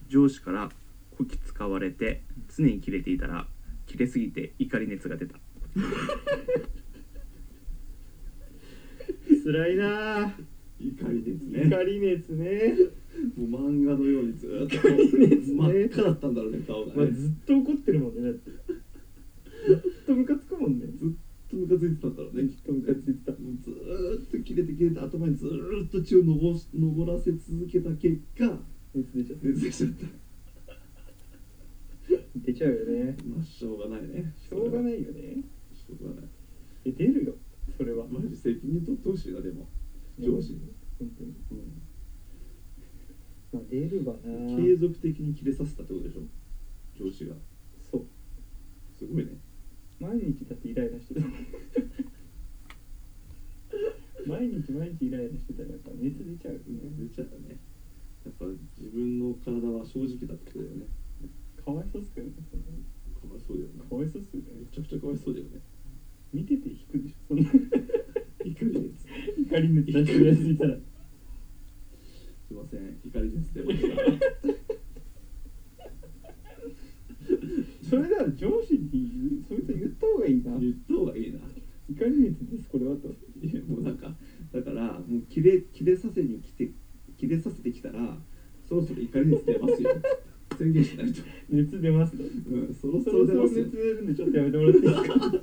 上司からこき使われて常にキレていたらキレすぎて怒り熱が出た。 辛いな。 怒り熱ね。 怒り熱ね。 もう漫画のようにずっと怒り熱ね。 真っ赤だったんだろうね、顔がまあ、 ね。 ずっと怒ってるもんね。だってずっとムカつくもんね。 ずっとムカついてたんだろうね。 ずっとムカついてた。 もうずーっと切れて頭にずーっと血を上らせ続けた結果、 熱出ちゃった。 熱出ちゃった。 出ちゃうよね。 まあしょうがないね。 しょうがないよね。 しょうがない。 出るよ。それは。 マジ責任取ってほしいな、でも上司に。 本当に。まあ出るわな。 継続的に切れさせたってことでしょ、上司が。 そう。 すごいね。 毎日だってイライラしてた。毎日イライラしてたらやっぱ熱出ちゃうよね。 出ちゃうね。やっぱ自分の体は正直だってことだよね。 かわいそうっすけどね。 かわいそうだよね。 かわいそうっすよね。 めちゃくちゃかわいそうだよね。 見てて引くでしょ、そんな。 怒り熱。 怒り熱出してるやついたら。 すいません、怒り熱出ました。 それなら上司にそいつ言った方がいいな。 言った方がいいな。 怒り熱ですこれはと。 いやもうなんかだからもう切れさせてきたらそろそろ怒り熱出ますよ。宣言しないと。 熱出ますと。 うん、そろそそろそろろ出ますよ熱。出るんでちょっとやめてもらっていいですか。